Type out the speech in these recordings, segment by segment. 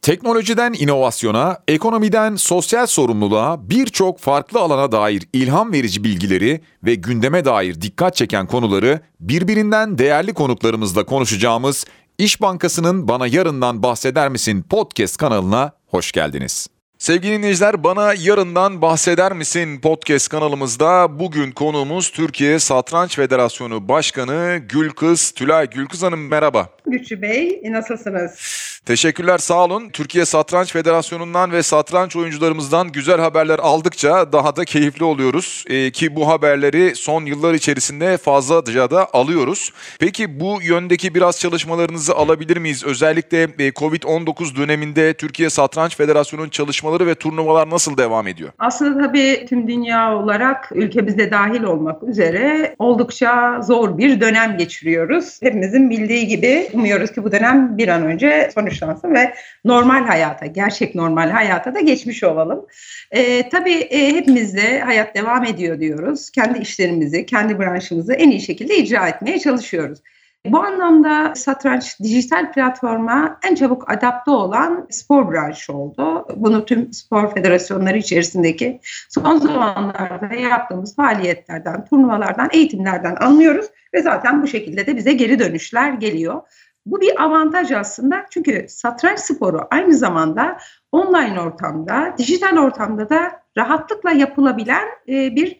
Teknolojiden inovasyona, ekonomiden sosyal sorumluluğa birçok farklı alana dair ilham verici bilgileri ve gündeme dair dikkat çeken konuları birbirinden değerli konuklarımızla konuşacağımız İş Bankası'nın Bana Yarından Bahseder Misin podcast kanalına hoş geldiniz. Sevgili dinleyiciler, Bana Yarından Bahseder Misin podcast kanalımızda bugün konuğumuz Türkiye Satranç Federasyonu Başkanı Gülkız Tülay. Gülkız Hanım merhaba. Güçlü Bey, nasılsınız? Teşekkürler, sağ olun. Türkiye Satranç Federasyonu'ndan ve satranç oyuncularımızdan güzel haberler aldıkça daha da keyifli oluyoruz. Ki bu haberleri son yıllar içerisinde fazlaca da alıyoruz. Peki bu yöndeki biraz çalışmalarınızı alabilir miyiz? Özellikle Covid-19 döneminde Türkiye Satranç Federasyonu'nun çalışmaları ve turnuvalar nasıl devam ediyor? Aslında tabii tüm dünya olarak ülkemizde dahil olmak üzere oldukça zor bir dönem geçiriyoruz. Hepimizin bildiği gibi umuyoruz ki bu dönem bir an önce sonuçlansın ve normal hayata, gerçek normal hayata da geçmiş olalım. Tabii hepimiz de hayat devam ediyor diyoruz. Kendi işlerimizi, kendi branşımızı en iyi şekilde icra etmeye çalışıyoruz. Bu anlamda satranç dijital platforma en çabuk adapte olan spor branşı oldu. Bunu tüm spor federasyonları içerisindeki son zamanlarda yaptığımız faaliyetlerden, turnuvalardan, eğitimlerden anlıyoruz ve zaten bu şekilde de bize geri dönüşler geliyor. Bu bir avantaj aslında, çünkü satranç sporu aynı zamanda online ortamda, dijital ortamda da rahatlıkla yapılabilen bir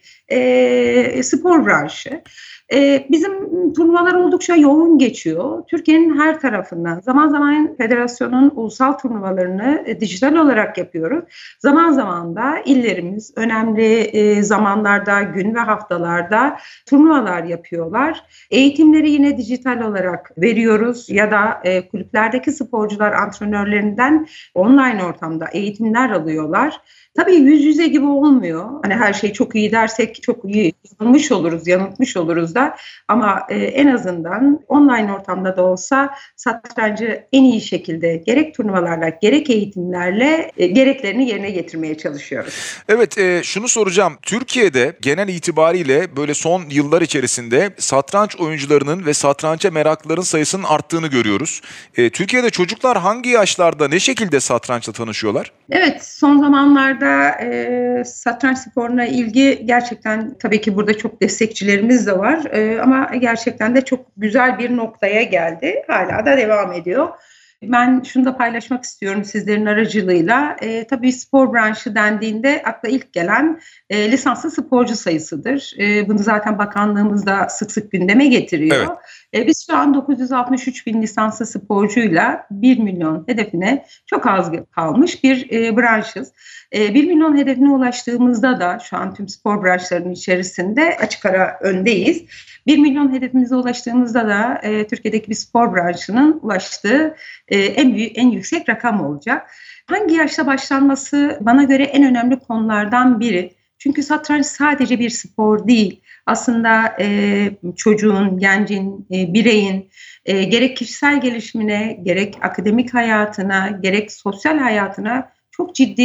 spor branşı. Bizim turnuvalar oldukça yoğun geçiyor. Türkiye'nin her tarafından zaman zaman federasyonun ulusal turnuvalarını dijital olarak yapıyoruz. Zaman zaman da illerimiz önemli zamanlarda, gün ve haftalarda turnuvalar yapıyorlar. Eğitimleri yine dijital olarak veriyoruz ya da kulüplerdeki sporcular antrenörlerinden online ortamda eğitimler alıyorlar. Tabii yüz yüze gibi olmuyor. Hani her şey çok iyi dersek çok iyi yanıltmış oluruz da. Ama en azından online ortamda da olsa satrancı en iyi şekilde gerek turnuvalarla gerek eğitimlerle gereklerini yerine getirmeye çalışıyoruz. Evet, şunu soracağım. Türkiye'de genel itibariyle böyle son yıllar içerisinde satranç oyuncularının ve satrança meraklıların sayısının arttığını görüyoruz. Türkiye'de çocuklar hangi yaşlarda, ne şekilde satrançla tanışıyorlar? Evet, son zamanlarda satranç sporuna ilgi gerçekten, tabii ki burada çok destekçilerimiz de var ama gerçekten de çok güzel bir noktaya geldi. Hala da devam ediyor. Ben şunu da paylaşmak istiyorum sizlerin aracılığıyla. Tabii spor branşı dendiğinde akla ilk gelen lisanslı sporcu sayısıdır. Bunu zaten bakanlığımız da sık sık gündeme getiriyor. Evet. Biz şu an 963 bin lisanslı sporcuyla 1 milyon hedefine çok az kalmış bir branşız. 1 milyon hedefine ulaştığımızda da şu an tüm spor branşlarının içerisinde açık ara öndeyiz. 1 milyon hedefimize ulaştığımızda da Türkiye'deki bir spor branşının ulaştığı en yüksek rakam olacak. Hangi yaşta başlanması bana göre en önemli konulardan biri. Çünkü satranç sadece bir spor değil. Aslında çocuğun, gencin, bireyin gerek kişisel gelişimine, gerek akademik hayatına, gerek sosyal hayatına çok ciddi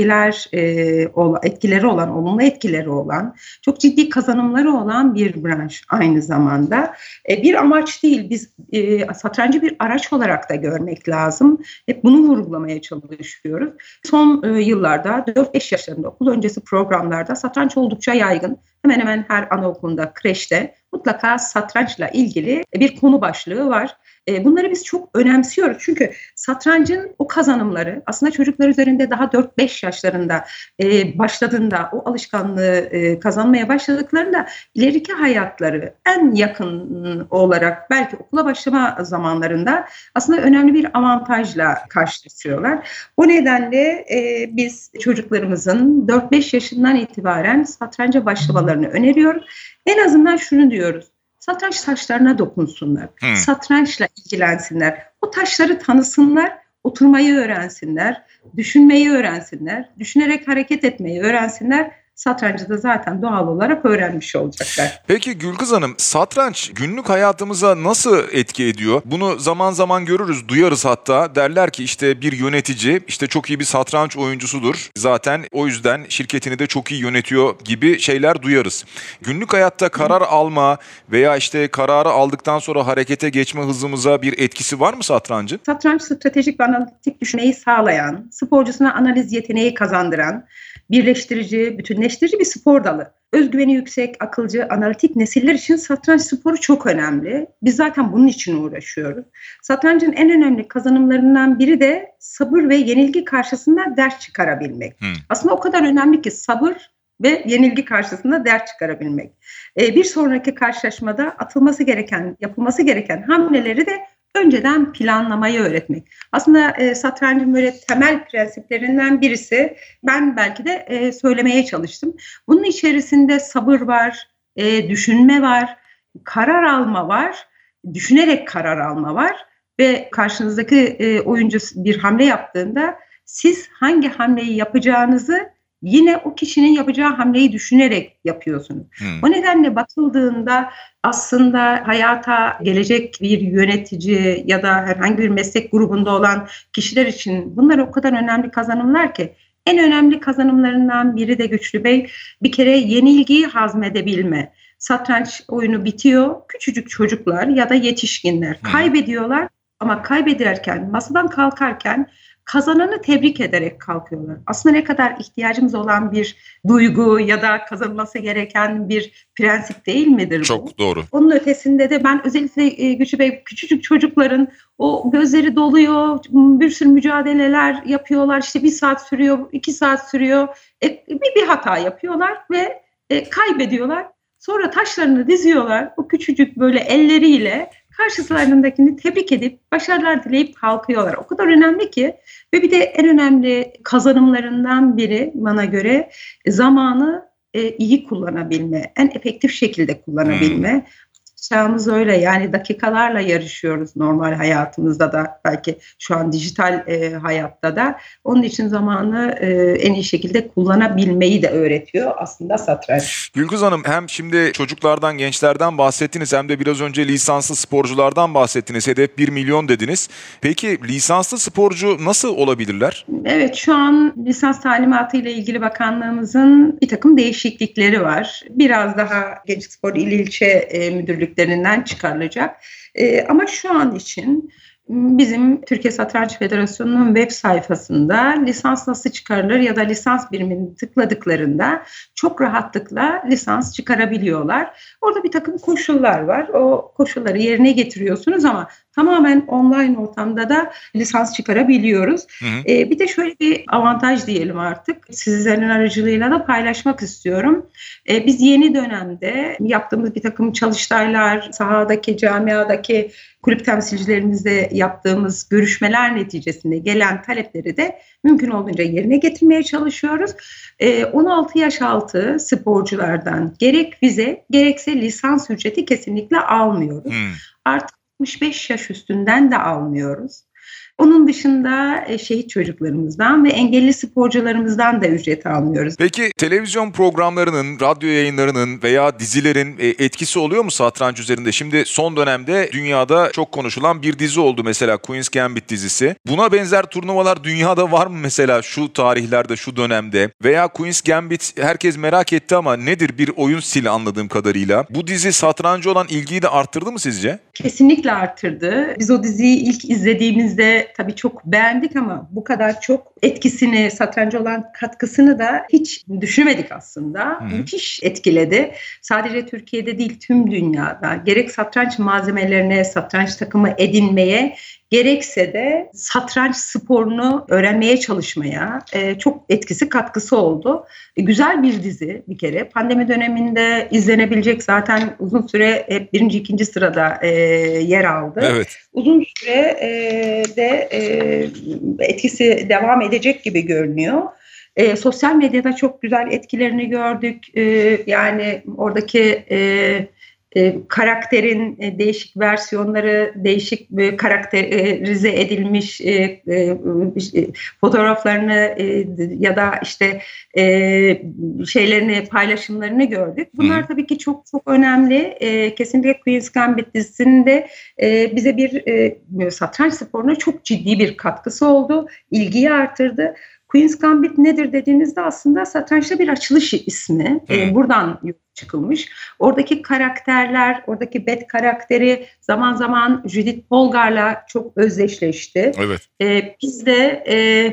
etkileri olan, olumlu etkileri olan, çok ciddi kazanımları olan bir branş aynı zamanda. Bir amaç değil, biz satrancı bir araç olarak da görmek lazım. Hep bunu vurgulamaya çalışıyoruz. Son yıllarda 4-5 yaşlarında okul öncesi programlarda satranç oldukça yaygın. Hemen hemen her anaokulunda, kreşte mutlaka satrançla ilgili bir konu başlığı var. Bunları biz çok önemsiyoruz. Çünkü satrancın o kazanımları aslında çocuklar üzerinde daha 4-5 yaşlarında başladığında, o alışkanlığı kazanmaya başladıklarında ileriki hayatları en yakın olarak belki okula başlama zamanlarında aslında önemli bir avantajla karşılaşıyorlar. O nedenle biz çocuklarımızın 4-5 yaşından itibaren satranca başlamalarını öneriyoruz. En azından şunu diyoruz: satranç taşlarına dokunsunlar, satrançla ilgilensinler, o taşları tanısınlar, oturmayı öğrensinler, düşünmeyi öğrensinler, düşünerek hareket etmeyi öğrensinler. satrancı da zaten doğal olarak öğrenmiş olacaklar. Peki Gülkız Hanım, satranç günlük hayatımıza nasıl etki ediyor? Bunu zaman zaman görürüz, duyarız hatta. Derler ki işte bir yönetici işte çok iyi bir satranç oyuncusudur. Zaten o yüzden şirketini de çok iyi yönetiyor gibi şeyler duyarız. Günlük hayatta karar alma veya işte kararı aldıktan sonra harekete geçme hızımıza bir etkisi var mı satrancın? Satranç stratejik ve analitik düşünmeyi sağlayan, sporcusuna analiz yeteneği kazandıran, birleştirici, bütünleştirici bir spor dalı. Özgüveni yüksek, akılcı, analitik nesiller için satranç sporu çok önemli. Biz zaten bunun için uğraşıyoruz. Satrancın en önemli kazanımlarından biri de sabır ve yenilgi karşısında ders çıkarabilmek. Aslında o kadar önemli ki sabır ve yenilgi karşısında ders çıkarabilmek. Bir sonraki karşılaşmada atılması gereken, yapılması gereken hamleleri de önceden planlamayı öğretmek. Aslında satrancın böyle temel prensiplerinden birisi, ben belki de söylemeye çalıştım. Bunun içerisinde sabır var, düşünme var, karar alma var, düşünerek karar alma var ve karşınızdaki oyuncu bir hamle yaptığında siz hangi hamleyi yapacağınızı yine o kişinin yapacağı hamleyi düşünerek yapıyorsunuz. O nedenle bakıldığında aslında hayata gelecek bir yönetici ya da herhangi bir meslek grubunda olan kişiler için bunlar o kadar önemli kazanımlar ki. En önemli kazanımlarından biri de Güçlü Bey, bir kere yenilgiyi hazmedebilme. Satranç oyunu bitiyor, küçücük çocuklar ya da yetişkinler kaybediyorlar ama kaybederken, masadan kalkarken kazananı tebrik ederek kalkıyorlar. Aslında ne kadar ihtiyacımız olan bir duygu ya da kazanılması gereken bir prensip değil midir bu? Çok doğru. Onun ötesinde de ben özellikle Güçlü Bey, küçücük çocukların o gözleri doluyor, bir sürü mücadeleler yapıyorlar. İşte 1 saat sürüyor, 2 saat sürüyor. Bir hata yapıyorlar ve kaybediyorlar. Sonra taşlarını diziyorlar. O küçücük böyle elleriyle karşılarındakini tebrik edip başarılar dileyip kalkıyorlar. O kadar önemli ki ve bir de en önemli kazanımlarından biri bana göre zamanı iyi kullanabilme, en efektif şekilde kullanabilme. Çağımız öyle, yani dakikalarla yarışıyoruz normal hayatımızda da, belki şu an dijital hayatta da. Onun için zamanı en iyi şekilde kullanabilmeyi de öğretiyor aslında satranç. Gülkız Hanım, hem şimdi çocuklardan, gençlerden bahsettiniz hem de biraz önce lisanslı sporculardan bahsettiniz. Hedef 1 milyon dediniz. Peki lisanslı sporcu nasıl olabilirler? Evet, şu an lisans talimatı ile ilgili bakanlığımızın bir takım değişiklikleri var. Biraz daha Gençlik Spor İl İlçe müdürlüklerinden çıkarılacak. Ama şu an için bizim Türkiye Satranç Federasyonu'nun web sayfasında lisans nasıl çıkarılır ya da lisans birimini tıkladıklarında çok rahatlıkla lisans çıkarabiliyorlar. Orada bir takım koşullar var. O koşulları yerine getiriyorsunuz ama tamamen online ortamda da lisans çıkarabiliyoruz. Bir de şöyle bir avantaj diyelim artık. Sizlerin aracılığıyla da paylaşmak istiyorum. Biz yeni dönemde yaptığımız bir takım çalıştaylar, sahadaki, camiadaki kulüp temsilcilerimizle yaptığımız görüşmeler neticesinde gelen talepleri de mümkün olduğunca yerine getirmeye çalışıyoruz. 16 yaş altı sporculardan gerek vize gerekse lisans ücreti kesinlikle almıyoruz. Artık 65 yaş üstünden de almıyoruz. Onun dışında şehit çocuklarımızdan ve engelli sporcularımızdan da ücret almıyoruz. Peki televizyon programlarının, radyo yayınlarının veya dizilerin etkisi oluyor mu satranç üzerinde? Şimdi son dönemde dünyada çok konuşulan bir dizi oldu mesela, Queen's Gambit dizisi. Buna benzer turnuvalar dünyada var mı mesela şu tarihlerde, şu dönemde? Veya Queen's Gambit herkes merak etti ama nedir? Bir oyun stili anladığım kadarıyla. Bu dizi satrancı olan ilgiyi de arttırdı mı sizce? Kesinlikle arttırdı. Biz o diziyi ilk izlediğimizde tabii çok beğendik ama bu kadar çok etkisini, satrancı olan katkısını da hiç düşünmedik aslında. Müthiş etkiledi. Sadece Türkiye'de değil, tüm dünyada. Gerek satranç malzemelerine, satranç takımı edinmeye, gerekse de satranç sporunu öğrenmeye çalışmaya çok etkisi, katkısı oldu. Güzel bir dizi bir kere. Pandemi döneminde izlenebilecek, zaten uzun süre hep 1. 2. sırada yer aldı. Evet. Uzun süre de etkisi devam edecek gibi görünüyor. Sosyal medyada çok güzel etkilerini gördük. Yani oradaki karakterin değişik versiyonları, değişik karakterize edilmiş fotoğraflarını ya da işte paylaşımlarını gördük. Bunlar tabii ki çok çok önemli. Kesinlikle Queen's Gambit dizisinde bize bir satranç sporuna çok ciddi bir katkısı oldu. İlgiyi artırdı. Queen's Gambit nedir dediğinizde aslında satrançta bir açılış ismi. Buradan çıkılmış. Oradaki karakterler, oradaki Bet karakteri zaman zaman Judith Polgar'la çok özdeşleşti. Evet. Biz de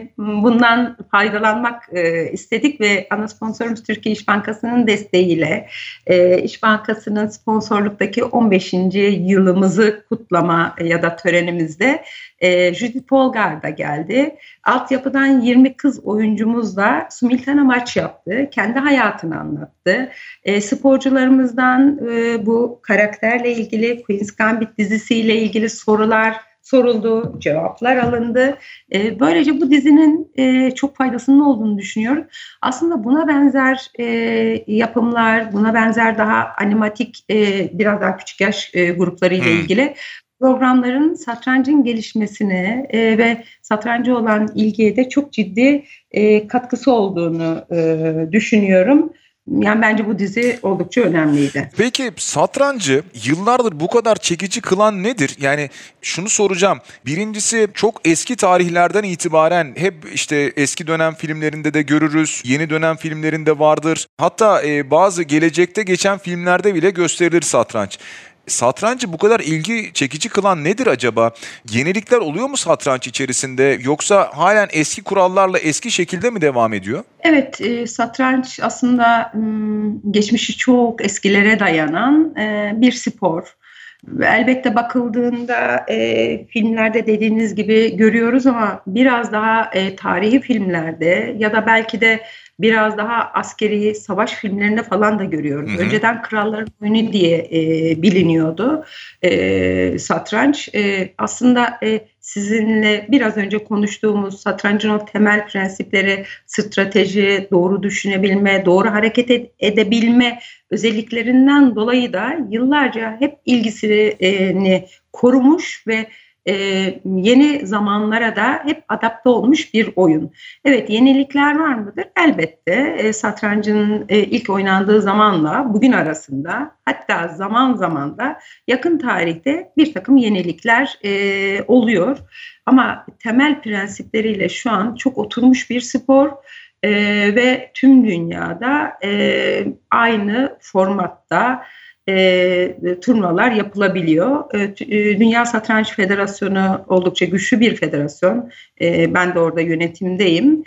bundan faydalanmak istedik ve ana sponsorumuz Türkiye İş Bankası'nın desteğiyle İş Bankası'nın sponsorluktaki 15. yılımızı kutlama ya da törenimizde Judith Polgar da geldi. Altyapıdan 20 kız oyuncumuzla simultane maç yaptı. Kendi hayatını anlattı. Sporcularımızdan bu karakterle ilgili Queen's Gambit dizisiyle ilgili sorular soruldu, cevaplar alındı. Böylece bu dizinin çok faydasının olduğunu düşünüyorum. Aslında buna benzer yapımlar, buna benzer daha animatik, biraz daha küçük yaş gruplarıyla ilgili programların satrancın gelişmesine ve satrancı olan ilgiye de çok ciddi katkısı olduğunu düşünüyorum. Yani bence bu dizi oldukça önemliydi. Peki satrancı yıllardır bu kadar çekici kılan nedir? Yani şunu soracağım. Birincisi çok eski tarihlerden itibaren hep işte eski dönem filmlerinde de görürüz. Yeni dönem filmlerinde vardır. Hatta bazı gelecekte geçen filmlerde bile gösterilir satranç. Satrancı bu kadar ilgi çekici kılan nedir acaba? Yenilikler oluyor mu satranç içerisinde yoksa halen eski kurallarla eski şekilde mi devam ediyor? Evet, satranç aslında geçmişi çok eskilere dayanan bir spor. Elbette bakıldığında filmlerde dediğiniz gibi görüyoruz ama biraz daha tarihi filmlerde ya da belki de biraz daha askeri savaş filmlerinde falan da görüyoruz. Önceden kralların oyunu diye biliniyordu satranç. Aslında sizinle biraz önce konuştuğumuz satrancın o temel prensipleri, strateji, doğru düşünebilme, doğru hareket edebilme özelliklerinden dolayı da yıllarca hep ilgisini korumuş ve yeni zamanlara da hep adapte olmuş bir oyun. Evet, yenilikler var mıdır? Elbette. Satrancın ilk oynandığı zamanla bugün arasında, hatta zaman zaman da yakın tarihte bir takım yenilikler oluyor. Ama temel prensipleriyle şu an çok oturmuş bir spor ve tüm dünyada aynı formatta turnuvalar yapılabiliyor. Dünya Satranç Federasyonu oldukça güçlü bir federasyon. Ben de orada yönetimdeyim.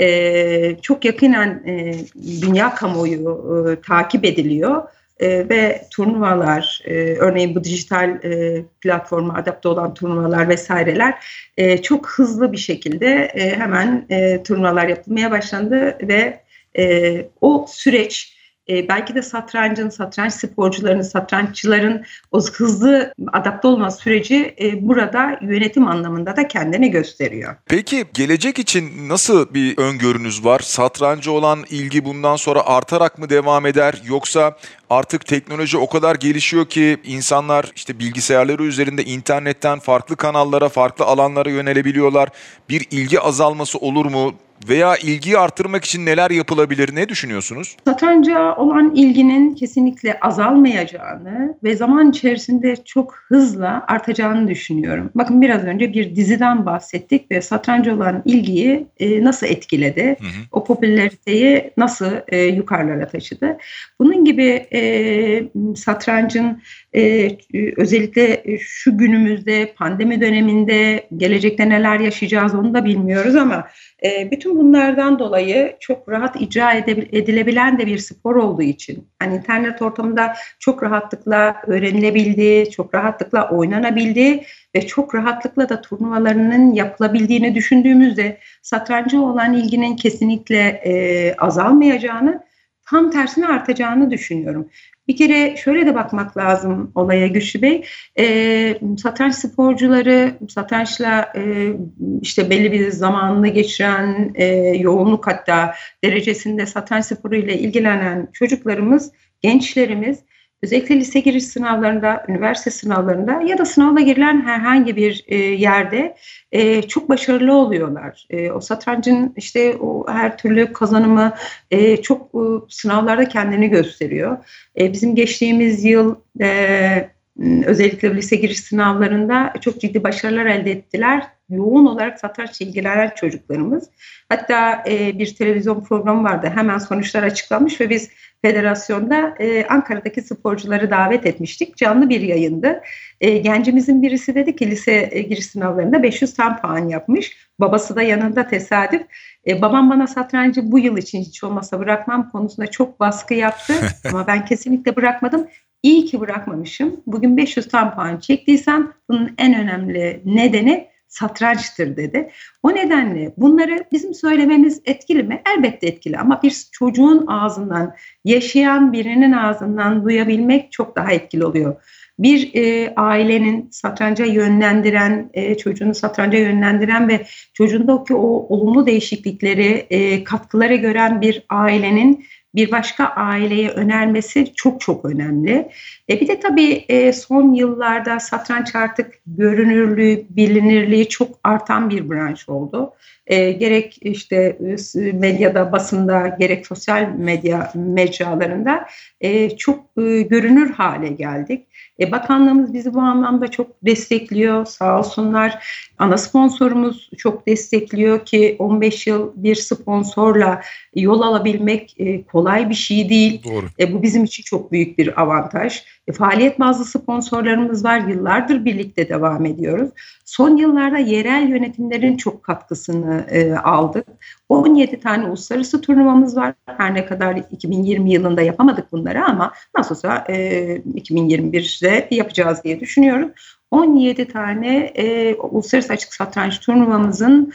Çok yakinen dünya kamuoyu takip ediliyor. Ve turnuvalar, örneğin bu dijital platforma adapte olan turnuvalar vesaireler çok hızlı bir şekilde hemen turnuvalar yapılmaya başlandı ve o süreç belki de satranç sporcularının, satranççıların o hızlı adapte olma süreci burada yönetim anlamında da kendini gösteriyor. Peki gelecek için nasıl bir öngörünüz var? Satrancı olan ilgi bundan sonra artarak mı devam eder? Yoksa artık teknoloji o kadar gelişiyor ki insanlar işte bilgisayarları üzerinde internetten farklı kanallara, farklı alanlara yönelebiliyorlar. Bir ilgi azalması olur mu? Veya ilgiyi artırmak için neler yapılabilir? Ne düşünüyorsunuz? Satranca olan ilginin kesinlikle azalmayacağını ve zaman içerisinde çok hızla artacağını düşünüyorum. Bakın biraz önce bir diziden bahsettik ve satranca olan ilgiyi nasıl etkiledi? O popülariteyi nasıl yukarılara taşıdı? Bunun gibi satrancın özellikle şu günümüzde pandemi döneminde gelecekte neler yaşayacağız onu da bilmiyoruz ama bütün bunlardan dolayı çok rahat icra edilebilen de bir spor olduğu için, hani internet ortamında çok rahatlıkla öğrenilebildiği, çok rahatlıkla oynanabildiği ve çok rahatlıkla da turnuvalarının yapılabildiğini düşündüğümüzde satrancı olan ilginin kesinlikle azalmayacağını, tam tersine artacağını düşünüyorum. Bir kere şöyle de bakmak lazım olaya Güçlü Bey. Satranç sporcuları, satrançla işte belli bir zamanını geçiren, yoğunluk hatta derecesinde satranç sporuyla ilgilenen çocuklarımız, gençlerimiz özellikle lise giriş sınavlarında, üniversite sınavlarında ya da sınavla girilen herhangi bir yerde çok başarılı oluyorlar. O satrancın işte o her türlü kazanımı çok sınavlarda kendini gösteriyor. Bizim geçtiğimiz yıl özellikle lise giriş sınavlarında çok ciddi başarılar elde ettiler. Yoğun olarak satrançla ilgilenen çocuklarımız. Hatta bir televizyon programı vardı. Hemen sonuçlar açıklanmış ve biz federasyonda Ankara'daki sporcuları davet etmiştik. Canlı bir yayındı. Gencimizin birisi dedi ki lise giriş sınavlarında 500 tam puan yapmış. Babası da yanında tesadüf. Babam bana satrancı bu yıl için hiç olmasa bırakmam konusunda çok baskı yaptı. Ama ben kesinlikle bırakmadım. İyi ki bırakmamışım. Bugün 500 tam puan çektiysem bunun en önemli nedeni satrançtır dedi. O nedenle bunları bizim söylememiz etkili mi? Elbette etkili ama bir çocuğun ağzından, yaşayan birinin ağzından duyabilmek çok daha etkili oluyor. Bir ailenin satranca yönlendiren, çocuğunu satranca yönlendiren ve çocuğundaki o olumlu değişiklikleri, katkıları gören bir ailenin bir başka aileye önermesi çok çok önemli. Bir de tabii son yıllarda satranç artık görünürlüğü, bilinirliği çok artan bir branş oldu. Gerek işte medyada, basında, gerek sosyal medya mecralarında çok görünür hale geldik. Bakanlığımız bizi bu anlamda çok destekliyor, sağ olsunlar. Ana sponsorumuz çok destekliyor ki 15 yıl bir sponsorla yol alabilmek kolay bir şey değil. Doğru. Bu bizim için çok büyük bir avantaj. Faaliyet bazlı sponsorlarımız var. Yıllardır birlikte devam ediyoruz. Son yıllarda yerel yönetimlerin çok katkısını aldık. 17 tane uluslararası turnuvamız var. Her ne kadar 2020 yılında yapamadık bunları ama nasılsa 2021'de yapacağız diye düşünüyorum. 17 tane uluslararası açık satranç turnuvamızın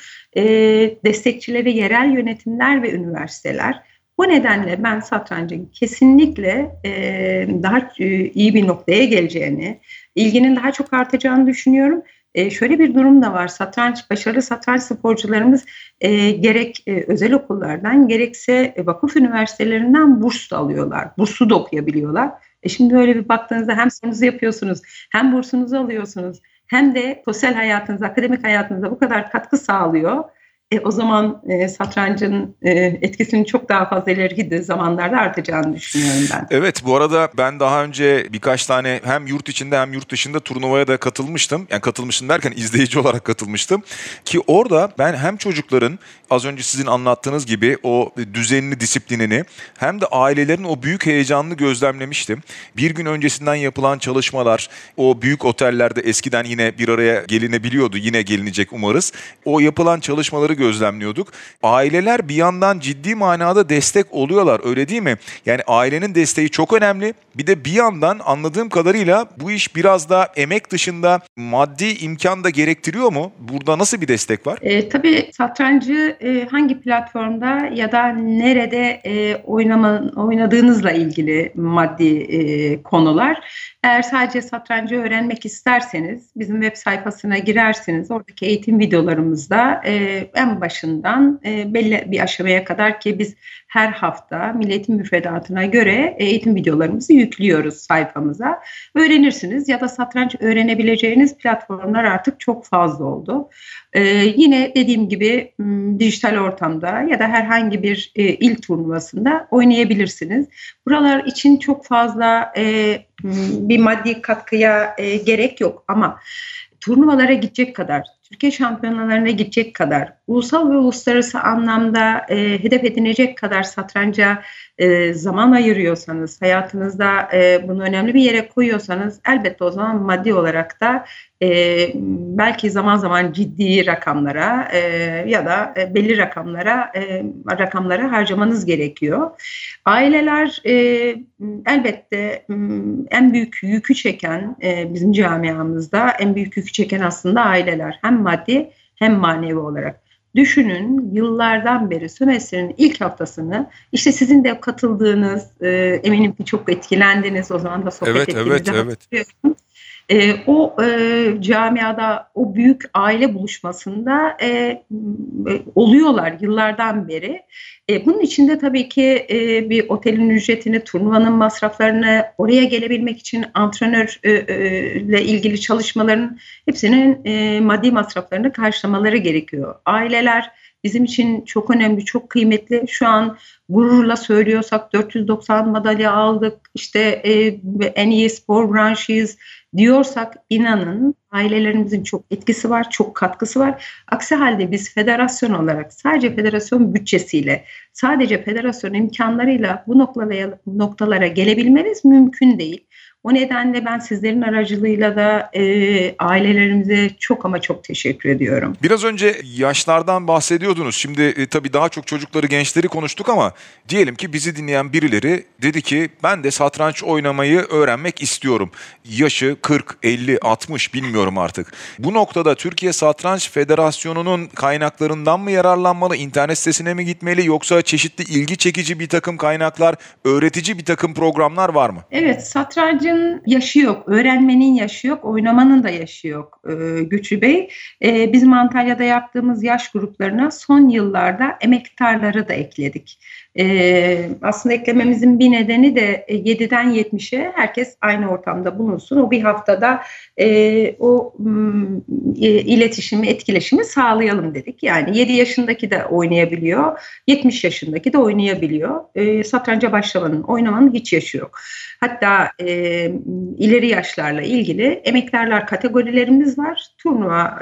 destekçileri yerel yönetimler ve üniversiteler. Bu nedenle ben satrancın kesinlikle daha iyi bir noktaya geleceğini, ilginin daha çok artacağını düşünüyorum. Şöyle bir durum da var. Başarılı satranç sporcularımız gerek özel okullardan gerekse vakıf üniversitelerinden burs da alıyorlar. Burslu da okuyabiliyorlar. Şimdi böyle bir baktığınızda hem sorunuzu yapıyorsunuz, hem bursunuzu alıyorsunuz, hem de sosyal hayatınıza, akademik hayatınıza bu kadar katkı sağlıyor. O zaman satrancın etkisinin çok daha fazla ileriki zamanlarda artacağını düşünüyorum ben. Evet, bu arada ben daha önce birkaç tane hem yurt içinde hem yurt dışında turnuvaya da katılmıştım. Yani katılmıştım derken izleyici olarak katılmıştım. Ki orada ben hem çocukların az önce sizin anlattığınız gibi o düzenini, disiplinini hem de ailelerin o büyük heyecanını gözlemlemiştim. Bir gün öncesinden yapılan çalışmalar, o büyük otellerde eskiden yine bir araya gelinebiliyordu. Yine gelinecek umarız. O yapılan çalışmaları gözlemliyorduk. Aileler bir yandan ciddi manada destek oluyorlar, öyle değil mi? Yani ailenin desteği çok önemli. Bir de bir yandan anladığım kadarıyla bu iş biraz da emek dışında maddi imkan da gerektiriyor mu? Burada nasıl bir destek var? Tabii satrancı hangi platformda ya da nerede oynadığınızla ilgili maddi konular. Eğer sadece satrancı öğrenmek isterseniz bizim web sayfasına girersiniz. Oradaki eğitim videolarımızda en başından belli bir aşamaya kadar ki biz her hafta Milli Eğitim Müfredatı'na göre eğitim videolarımızı yüklüyoruz sayfamıza. Öğrenirsiniz ya da satranç öğrenebileceğiniz platformlar artık çok fazla oldu. Yine dediğim gibi dijital ortamda ya da herhangi bir il turnuvasında oynayabilirsiniz. Buralar için çok fazla bir maddi katkıya gerek yok ama turnuvalara gidecek kadar, Türkiye şampiyonalarına gidecek kadar, ulusal ve uluslararası anlamda hedef edinecek kadar satranca zaman ayırıyorsanız, hayatınızda bunu önemli bir yere koyuyorsanız elbette o zaman maddi olarak da belki zaman zaman ciddi rakamlara ya da belli rakamlara harcamanız gerekiyor. Aileler elbette en büyük yükü çeken bizim camiamızda en büyük yükü çeken aslında aileler. Hem maddi hem manevi olarak. Düşünün yıllardan beri sömestrenin ilk haftasını işte sizin de katıldığınız eminim ki çok etkilendiniz o zaman da sohbet ettiğinizde Evet. Camiada, o büyük aile buluşmasında oluyorlar yıllardan beri. Bunun içinde tabii ki bir otelin ücretini, turnuvanın masraflarını, oraya gelebilmek için antrenörle ilgili çalışmaların hepsinin maddi masraflarını karşılamaları gerekiyor. Aileler bizim için çok önemli, çok kıymetli. Şu an gururla söylüyorsak 490 madalya aldık, işte en iyi spor branşıyız diyorsak inanın ailelerimizin çok etkisi var, çok katkısı var. Aksi halde biz federasyon olarak sadece federasyon bütçesiyle, sadece federasyon imkanlarıyla bu noktalara gelebilmeniz mümkün değil. O nedenle ben sizlerin aracılığıyla da ailelerimize çok ama çok teşekkür ediyorum. Biraz önce yaşlardan bahsediyordunuz. Şimdi tabii daha çok çocukları, gençleri konuştuk ama diyelim ki bizi dinleyen birileri dedi ki ben de satranç oynamayı öğrenmek istiyorum. Yaşı 40, 50, 60 bilmiyorum artık. Bu noktada Türkiye Satranç Federasyonu'nun kaynaklarından mı yararlanmalı, internet sitesine mi gitmeli yoksa çeşitli ilgi çekici bir takım kaynaklar, öğretici bir takım programlar var mı? Evet, satrancın yaşı yok, öğrenmenin yaşı yok, oynamanın da yaşı yok Güçlü Bey. Bizim Antalya'da yaptığımız yaş gruplarına son yıllarda emektarları da ekledik. Aslında eklememizin bir nedeni de 7'den 70'e herkes aynı ortamda bulunsun. O bir haftada iletişimi, etkileşimi sağlayalım dedik. Yani 7 yaşındaki de oynayabiliyor, 70 yaşındaki de oynayabiliyor. Satranca başlamanın, oynamanın hiç yaşı yok. Hatta ileri yaşlarla ilgili emektarlar kategorilerimiz var. Turnuva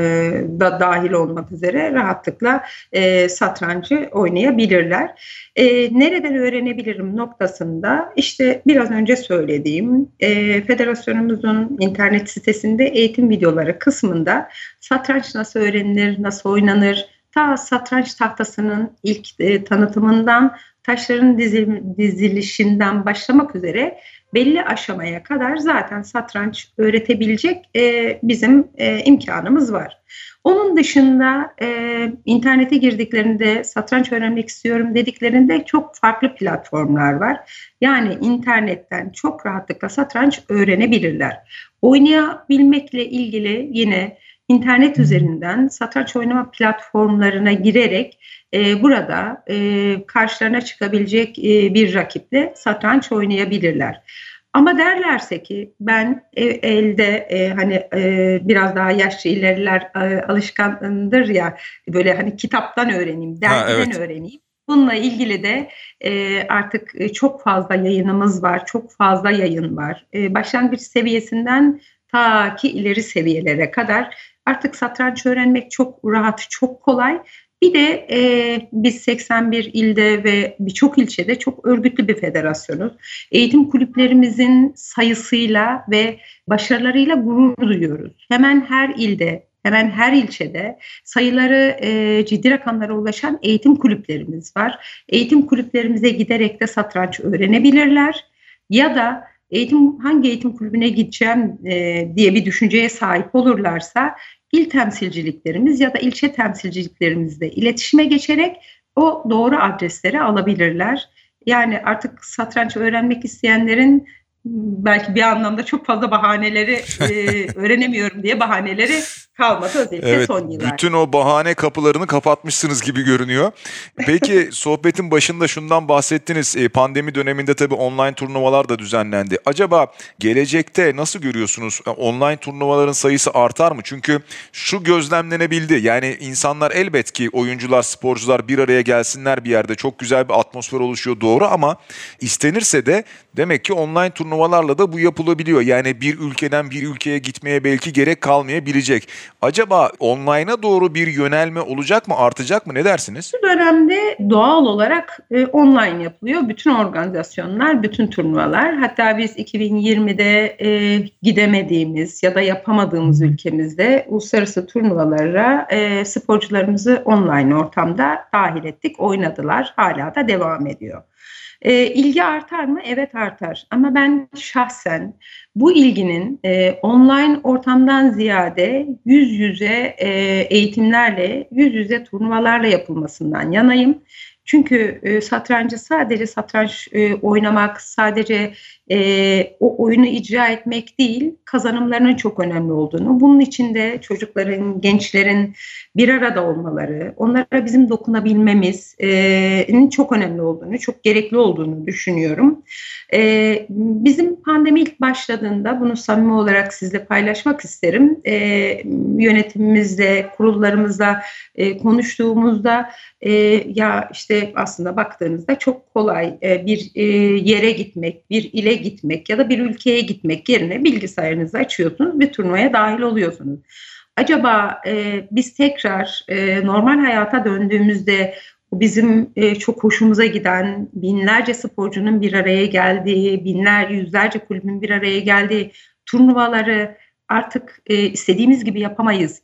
da dahil olmak üzere rahatlıkla satrancı oynayabilirler. Nereden öğrenebilirim noktasında işte biraz önce söylediğim federasyonumuzun internet sitesinde eğitim videoları kısmında satranç nasıl öğrenilir, nasıl oynanır, ta satranç tahtasının ilk tanıtımından taşların dizilişinden başlamak üzere belli aşamaya kadar zaten satranç öğretebilecek bizim imkanımız var. Onun dışında internete girdiklerinde satranç öğrenmek istiyorum dediklerinde çok farklı platformlar var. Yani internetten çok rahatlıkla satranç öğrenebilirler. Oynayabilmekle ilgili yine internet üzerinden satranç oynama platformlarına girerek burada karşılarına çıkabilecek bir rakiple satranç oynayabilirler. Ama derlerse ki ben elde biraz daha yaşlı ileriler alışkandır ya böyle hani kitaptan öğreneyim, dergiden öğreneyim. Bununla ilgili de artık çok fazla yayınımız var, çok fazla yayın var. Başlangıç seviyesinden ta ki ileri seviyelere kadar artık satranç öğrenmek çok rahat, çok kolay. Bir de biz 81 ilde ve birçok ilçede çok örgütlü bir federasyonuz. Eğitim kulüplerimizin sayısıyla ve başarılarıyla gurur duyuyoruz. Hemen her ilde, hemen her ilçede sayıları ciddi rakamlara ulaşan eğitim kulüplerimiz var. Eğitim kulüplerimize giderek de satranç öğrenebilirler. Ya da hangi eğitim kulübüne gideceğim diye bir düşünceye sahip olurlarsa il temsilciliklerimiz ya da ilçe temsilciliklerimizle iletişime geçerek o doğru adresleri alabilirler. Yani artık satranç öğrenmek isteyenlerin belki bir anlamda çok fazla bahaneleri öğrenemiyorum diye bahaneleri kalmadı özellikle son yıllarda. Bütün o bahane kapılarını kapatmışsınız gibi görünüyor. Peki sohbetin başında şundan bahsettiniz. Pandemi döneminde tabii online turnuvalar da düzenlendi. Acaba gelecekte nasıl görüyorsunuz? Online turnuvaların sayısı artar mı? Çünkü şu gözlemlenebildi. Yani insanlar elbet ki oyuncular, sporcular bir araya gelsinler bir yerde. Çok güzel bir atmosfer oluşuyor doğru ama istenirse de demek ki online turnuvalarla da bu yapılabiliyor. Yani bir ülkeden bir ülkeye gitmeye belki gerek kalmayabilecek. Acaba online'a doğru bir yönelme olacak mı, artacak mı? Ne dersiniz? Bu dönemde doğal olarak online yapılıyor. Bütün organizasyonlar, bütün turnuvalar. Hatta biz 2020'de gidemediğimiz ya da yapamadığımız ülkemizde uluslararası turnuvalara sporcularımızı online ortamda dahil ettik. Oynadılar. Hala da devam ediyor. İlgi artar mı? Evet artar. Ama ben şahsen bu ilginin online ortamdan ziyade yüz yüze eğitimlerle, yüz yüze turnuvalarla yapılmasından yanayım. Çünkü satrancı sadece satranç oynamak, sadece o oyunu icra etmek değil, kazanımlarının çok önemli olduğunu, bunun için de çocukların, gençlerin bir arada olmaları, onlara bizim dokunabilmemizin çok önemli olduğunu, çok gerekli olduğunu düşünüyorum. Bizim pandemi ilk başladığında, bunu samimi olarak sizle paylaşmak isterim. Yönetimimizle, kurullarımızla konuştuğumuzda ya işte aslında baktığınızda çok kolay bir yere gitmek, bir ile gitmek ya da bir ülkeye gitmek yerine bilgisayarınızı açıyorsunuz, bir turnuvaya dahil oluyorsunuz. Acaba biz tekrar normal hayata döndüğümüzde bizim çok hoşumuza giden binlerce sporcunun bir araya geldiği, yüzlerce kulübün bir araya geldiği turnuvaları artık istediğimiz gibi yapamayız.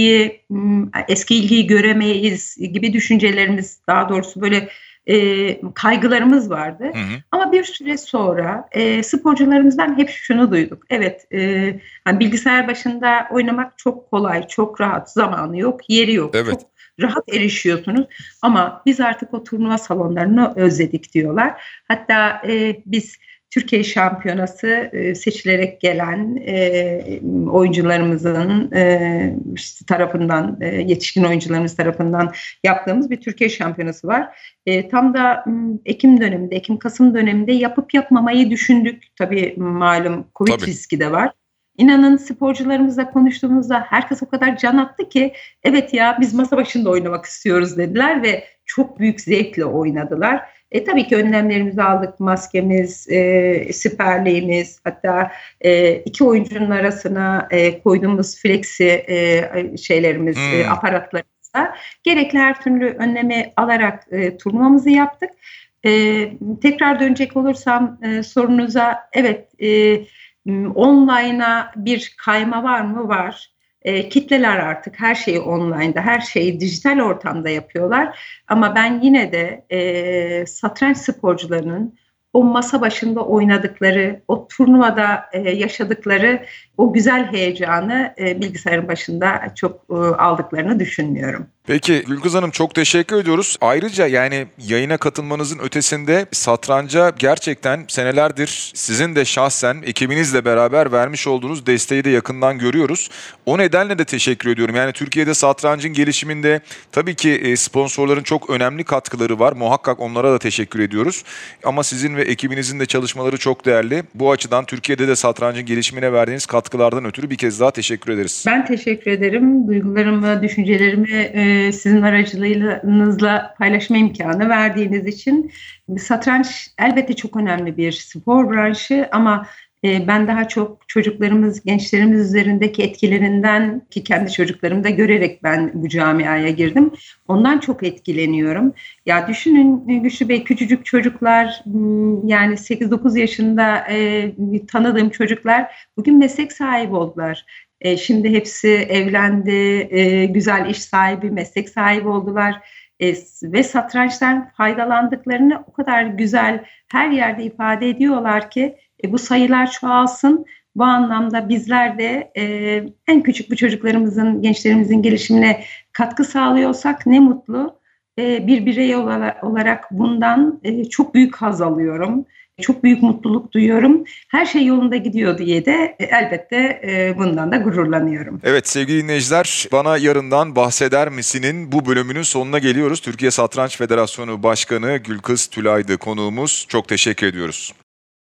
Eski ilgiyi göremeyiz gibi düşüncelerimiz, daha doğrusu böyle kaygılarımız vardı. Hı hı. Ama bir süre sonra sporcularımızdan hep şunu duyduk. Evet, hani bilgisayar başında oynamak çok kolay, çok rahat, zamanı yok, yeri yok. Evet. Çok rahat erişiyorsunuz ama biz artık o turnuva salonlarını özledik diyorlar. Hatta biz Türkiye Şampiyonası seçilerek gelen oyuncularımızın tarafından, yetişkin oyuncularımız tarafından yaptığımız bir Türkiye Şampiyonası var. Tam da Ekim-Kasım döneminde yapıp yapmamayı düşündük. Tabii malum Covid riski de var. İnanın sporcularımızla konuştuğumuzda herkes o kadar can attı ki evet ya biz masa başında oynamak istiyoruz dediler ve çok büyük zevkle oynadılar. Tabii ki önlemlerimizi aldık. Maskemiz, siperliğimiz, hatta iki oyuncunun arasına koyduğumuz flexi aparatlarımızla gerekli her türlü önlemi alarak turnuvamızı yaptık. Tekrar dönecek olursam sorunuza, evet, online'a bir kayma var mı? Var. Kitleler artık her şeyi online'da, her şeyi dijital ortamda yapıyorlar. Ama ben yine de satranç sporcularının o masa başında oynadıkları, o turnuvada yaşadıkları o güzel heyecanı bilgisayarın başında çok aldıklarını düşünmüyorum. Peki Gülkız Hanım, çok teşekkür ediyoruz. Ayrıca yani yayına katılmanızın ötesinde satranca gerçekten senelerdir sizin de şahsen ekibinizle beraber vermiş olduğunuz desteği de yakından görüyoruz. O nedenle de teşekkür ediyorum. Yani Türkiye'de satrancın gelişiminde tabii ki sponsorların çok önemli katkıları var. Muhakkak onlara da teşekkür ediyoruz. Ama sizin ve ekibinizin de çalışmaları çok değerli. Bu açıdan Türkiye'de de satrancın gelişimine verdiğiniz katkılardan ötürü bir kez daha teşekkür ederiz. Ben teşekkür ederim. Duygularımı, düşüncelerimi sizin aracılığınızla paylaşma imkanı verdiğiniz için. Satranç elbette çok önemli bir spor branşı ama ben daha çok çocuklarımız, gençlerimiz üzerindeki etkilerinden, ki kendi çocuklarımı da görerek ben bu camiaya girdim. Ondan çok etkileniyorum. Ya düşünün Güçlü Bey, küçücük çocuklar, yani 8-9 yaşında tanıdığım çocuklar bugün meslek sahibi oldular. Şimdi hepsi evlendi, güzel iş sahibi, meslek sahibi oldular. Ve satrançtan faydalandıklarını o kadar güzel her yerde ifade ediyorlar ki bu sayılar çoğalsın. Bu anlamda bizler de en küçük bu çocuklarımızın, gençlerimizin gelişimine katkı sağlıyorsak ne mutlu. Bir birey olarak bundan çok büyük haz alıyorum. Çok büyük mutluluk duyuyorum. Her şey yolunda gidiyor diye de elbette bundan da gururlanıyorum. Evet sevgili dinleyiciler, Bana Yarından Bahseder Misin'in bu bölümünün sonuna geliyoruz. Türkiye Satranç Federasyonu Başkanı Gülkız Tülay'dı konuğumuz. Çok teşekkür ediyoruz.